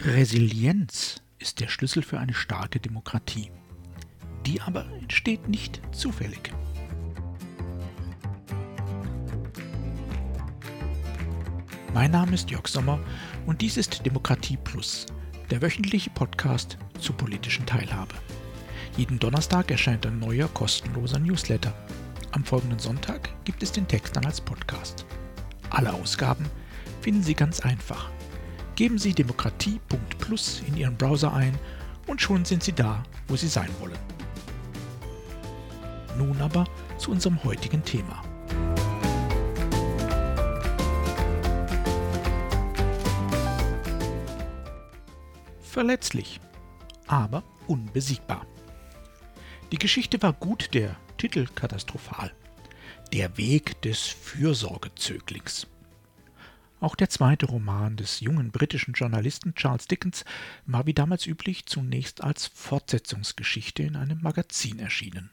Resilienz ist der Schlüssel für eine starke Demokratie. Die aber entsteht nicht zufällig. Mein Name ist Jörg Sommer und dies ist Demokratie Plus, der wöchentliche Podcast zur politischen Teilhabe. Jeden Donnerstag erscheint ein neuer kostenloser Newsletter. Am folgenden Sonntag gibt es den Text dann als Podcast. Alle Ausgaben finden Sie ganz einfach. Geben Sie demokratie.plus in Ihren Browser ein und schon sind Sie da, wo Sie sein wollen. Nun aber zu unserem heutigen Thema. Verletzlich, aber unbesiegbar. Die Geschichte war gut, der Titel katastrophal. Der Weg des Fürsorgezöglings. Auch der zweite Roman des jungen britischen Journalisten Charles Dickens war wie damals üblich zunächst als Fortsetzungsgeschichte in einem Magazin erschienen.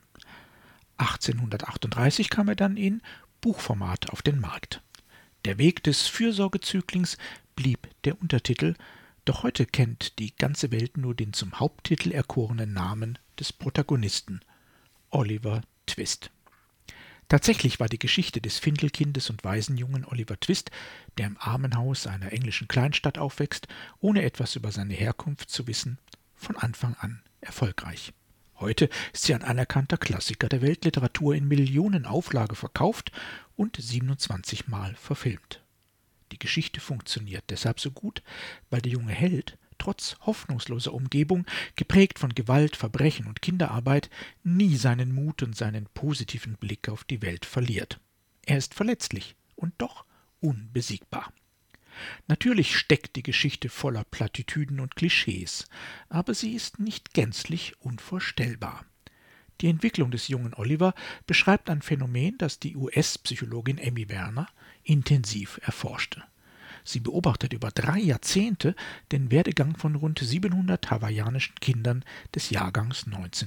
1838 kam er dann in Buchformat auf den Markt. Der Weg des Fürsorgezöglings blieb der Untertitel, doch heute kennt die ganze Welt nur den zum Haupttitel erkorenen Namen des Protagonisten, Oliver Twist. Tatsächlich war die Geschichte des Findelkindes und Waisenjungen Oliver Twist, der im Armenhaus einer englischen Kleinstadt aufwächst, ohne etwas über seine Herkunft zu wissen, von Anfang an erfolgreich. Heute ist sie ein anerkannter Klassiker der Weltliteratur, in Millionenauflage verkauft und 27 Mal verfilmt. Die Geschichte funktioniert deshalb so gut, weil der junge Held trotz hoffnungsloser Umgebung, geprägt von Gewalt, Verbrechen und Kinderarbeit, nie seinen Mut und seinen positiven Blick auf die Welt verliert. Er ist verletzlich und doch unbesiegbar. Natürlich steckt die Geschichte voller Plattitüden und Klischees, aber sie ist nicht gänzlich unvorstellbar. Die Entwicklung des jungen Oliver beschreibt ein Phänomen, das die US-Psychologin Emmy Werner intensiv erforschte. Sie beobachtet über 3 Jahrzehnte den Werdegang von rund 700 hawaiianischen Kindern des Jahrgangs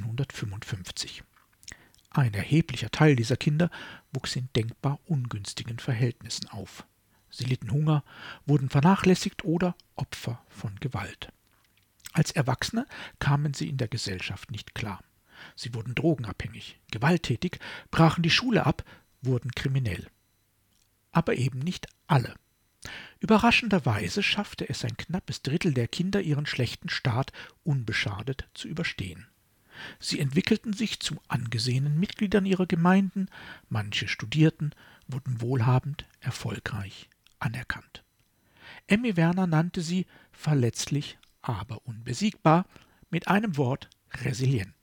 1955. Ein erheblicher Teil dieser Kinder wuchs in denkbar ungünstigen Verhältnissen auf. Sie litten Hunger, wurden vernachlässigt oder Opfer von Gewalt. Als Erwachsene kamen sie in der Gesellschaft nicht klar. Sie wurden drogenabhängig, gewalttätig, brachen die Schule ab, wurden kriminell. Aber eben nicht alle. Überraschenderweise schaffte es ein knappes Drittel der Kinder, ihren schlechten Start unbeschadet zu überstehen. Sie entwickelten sich zu angesehenen Mitgliedern ihrer Gemeinden, manche studierten, wurden wohlhabend, erfolgreich, anerkannt. Emmy Werner nannte sie verletzlich, aber unbesiegbar, mit einem Wort resilient.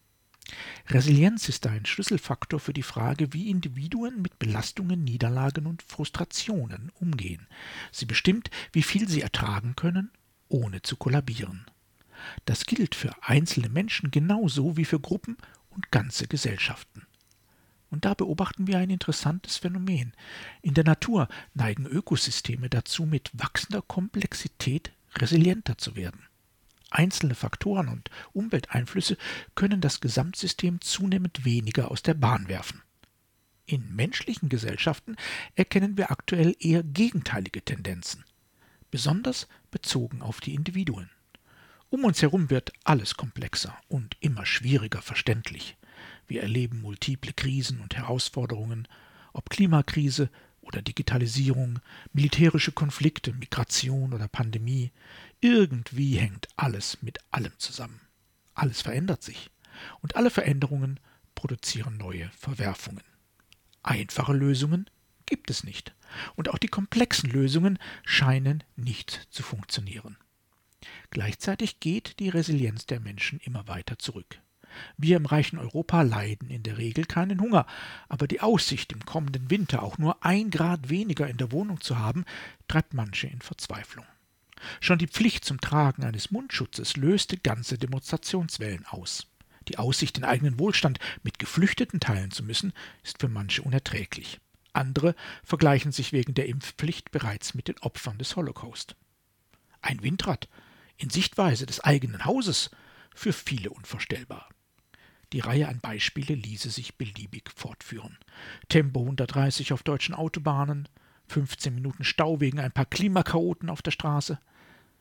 Resilienz ist ein Schlüsselfaktor für die Frage, wie Individuen mit Belastungen, Niederlagen und Frustrationen umgehen. Sie bestimmt, wie viel sie ertragen können, ohne zu kollabieren. Das gilt für einzelne Menschen genauso wie für Gruppen und ganze Gesellschaften. Und da beobachten wir ein interessantes Phänomen. In der Natur neigen Ökosysteme dazu, mit wachsender Komplexität resilienter zu werden. Einzelne Faktoren und Umwelteinflüsse können das Gesamtsystem zunehmend weniger aus der Bahn werfen. In menschlichen Gesellschaften erkennen wir aktuell eher gegenteilige Tendenzen, besonders bezogen auf die Individuen. Um uns herum wird alles komplexer und immer schwieriger verständlich. Wir erleben multiple Krisen und Herausforderungen, ob Klimakrise oder Digitalisierung, militärische Konflikte, Migration oder Pandemie. Irgendwie hängt alles mit allem zusammen. Alles verändert sich und alle Veränderungen produzieren neue Verwerfungen. Einfache Lösungen gibt es nicht und auch die komplexen Lösungen scheinen nicht zu funktionieren. Gleichzeitig geht die Resilienz der Menschen immer weiter zurück. Wir im reichen Europa leiden in der Regel keinen Hunger, aber die Aussicht, im kommenden Winter auch nur 1 Grad weniger in der Wohnung zu haben, treibt manche in Verzweiflung. Schon die Pflicht zum Tragen eines Mundschutzes löste ganze Demonstrationswellen aus. Die Aussicht, den eigenen Wohlstand mit Geflüchteten teilen zu müssen, ist für manche unerträglich. Andere vergleichen sich wegen der Impfpflicht bereits mit den Opfern des Holocaust. Ein Windrad in Sichtweise des eigenen Hauses, für viele unvorstellbar. Die Reihe an Beispiele ließe sich beliebig fortführen. Tempo 130 auf deutschen Autobahnen, 15 Minuten Stau wegen ein paar Klimakaoten auf der Straße.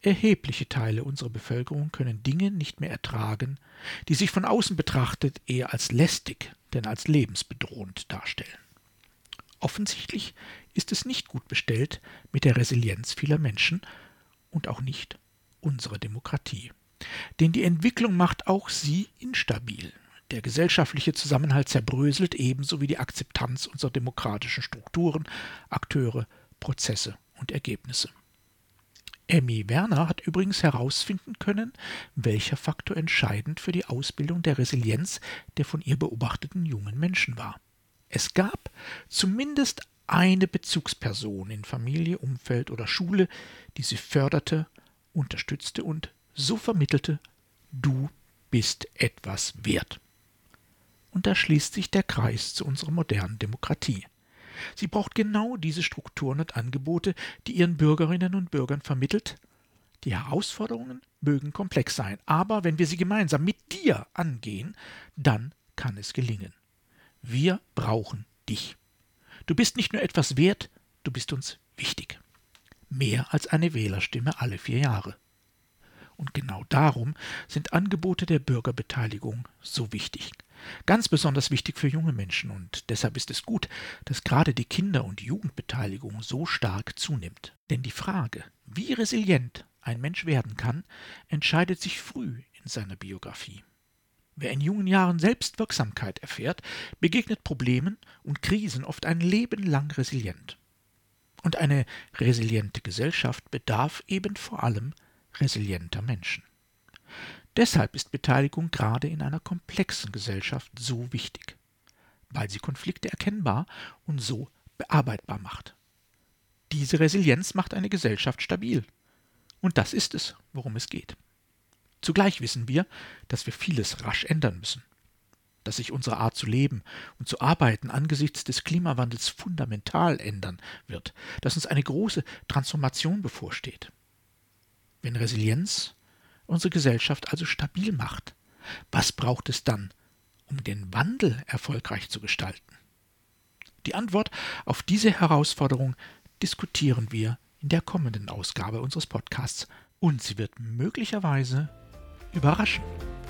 Erhebliche Teile unserer Bevölkerung können Dinge nicht mehr ertragen, die sich von außen betrachtet eher als lästig denn als lebensbedrohend darstellen. Offensichtlich ist es nicht gut bestellt mit der Resilienz vieler Menschen und auch nicht unserer Demokratie. Denn die Entwicklung macht auch sie instabil. Der gesellschaftliche Zusammenhalt zerbröselt, ebenso wie die Akzeptanz unserer demokratischen Strukturen, Akteure, Prozesse und Ergebnisse. Emmy Werner hat übrigens herausfinden können, welcher Faktor entscheidend für die Ausbildung der Resilienz der von ihr beobachteten jungen Menschen war. Es gab zumindest eine Bezugsperson in Familie, Umfeld oder Schule, die sie förderte, unterstützte und so vermittelte: Du bist etwas wert. Und da schließt sich der Kreis zu unserer modernen Demokratie. Sie braucht genau diese Strukturen und Angebote, die ihren Bürgerinnen und Bürgern vermittelt: Die Herausforderungen mögen komplex sein, aber wenn wir sie gemeinsam mit dir angehen, dann kann es gelingen. Wir brauchen dich. Du bist nicht nur etwas wert, du bist uns wichtig. Mehr als eine Wählerstimme alle 4 Jahre. Und genau darum sind Angebote der Bürgerbeteiligung so wichtig. Ganz besonders wichtig für junge Menschen, und deshalb ist es gut, dass gerade die Kinder- und Jugendbeteiligung so stark zunimmt. Denn die Frage, wie resilient ein Mensch werden kann, entscheidet sich früh in seiner Biografie. Wer in jungen Jahren Selbstwirksamkeit erfährt, begegnet Problemen und Krisen oft ein Leben lang resilient. Und eine resiliente Gesellschaft bedarf eben vor allem resilienter Menschen. Deshalb ist Beteiligung gerade in einer komplexen Gesellschaft so wichtig, weil sie Konflikte erkennbar und so bearbeitbar macht. Diese Resilienz macht eine Gesellschaft stabil. Und das ist es, worum es geht. Zugleich wissen wir, dass wir vieles rasch ändern müssen, dass sich unsere Art zu leben und zu arbeiten angesichts des Klimawandels fundamental ändern wird, dass uns eine große Transformation bevorsteht. Wenn Resilienz unsere Gesellschaft also stabil macht, was braucht es dann, um den Wandel erfolgreich zu gestalten? Die Antwort auf diese Herausforderung diskutieren wir in der kommenden Ausgabe unseres Podcasts, und sie wird möglicherweise überraschen.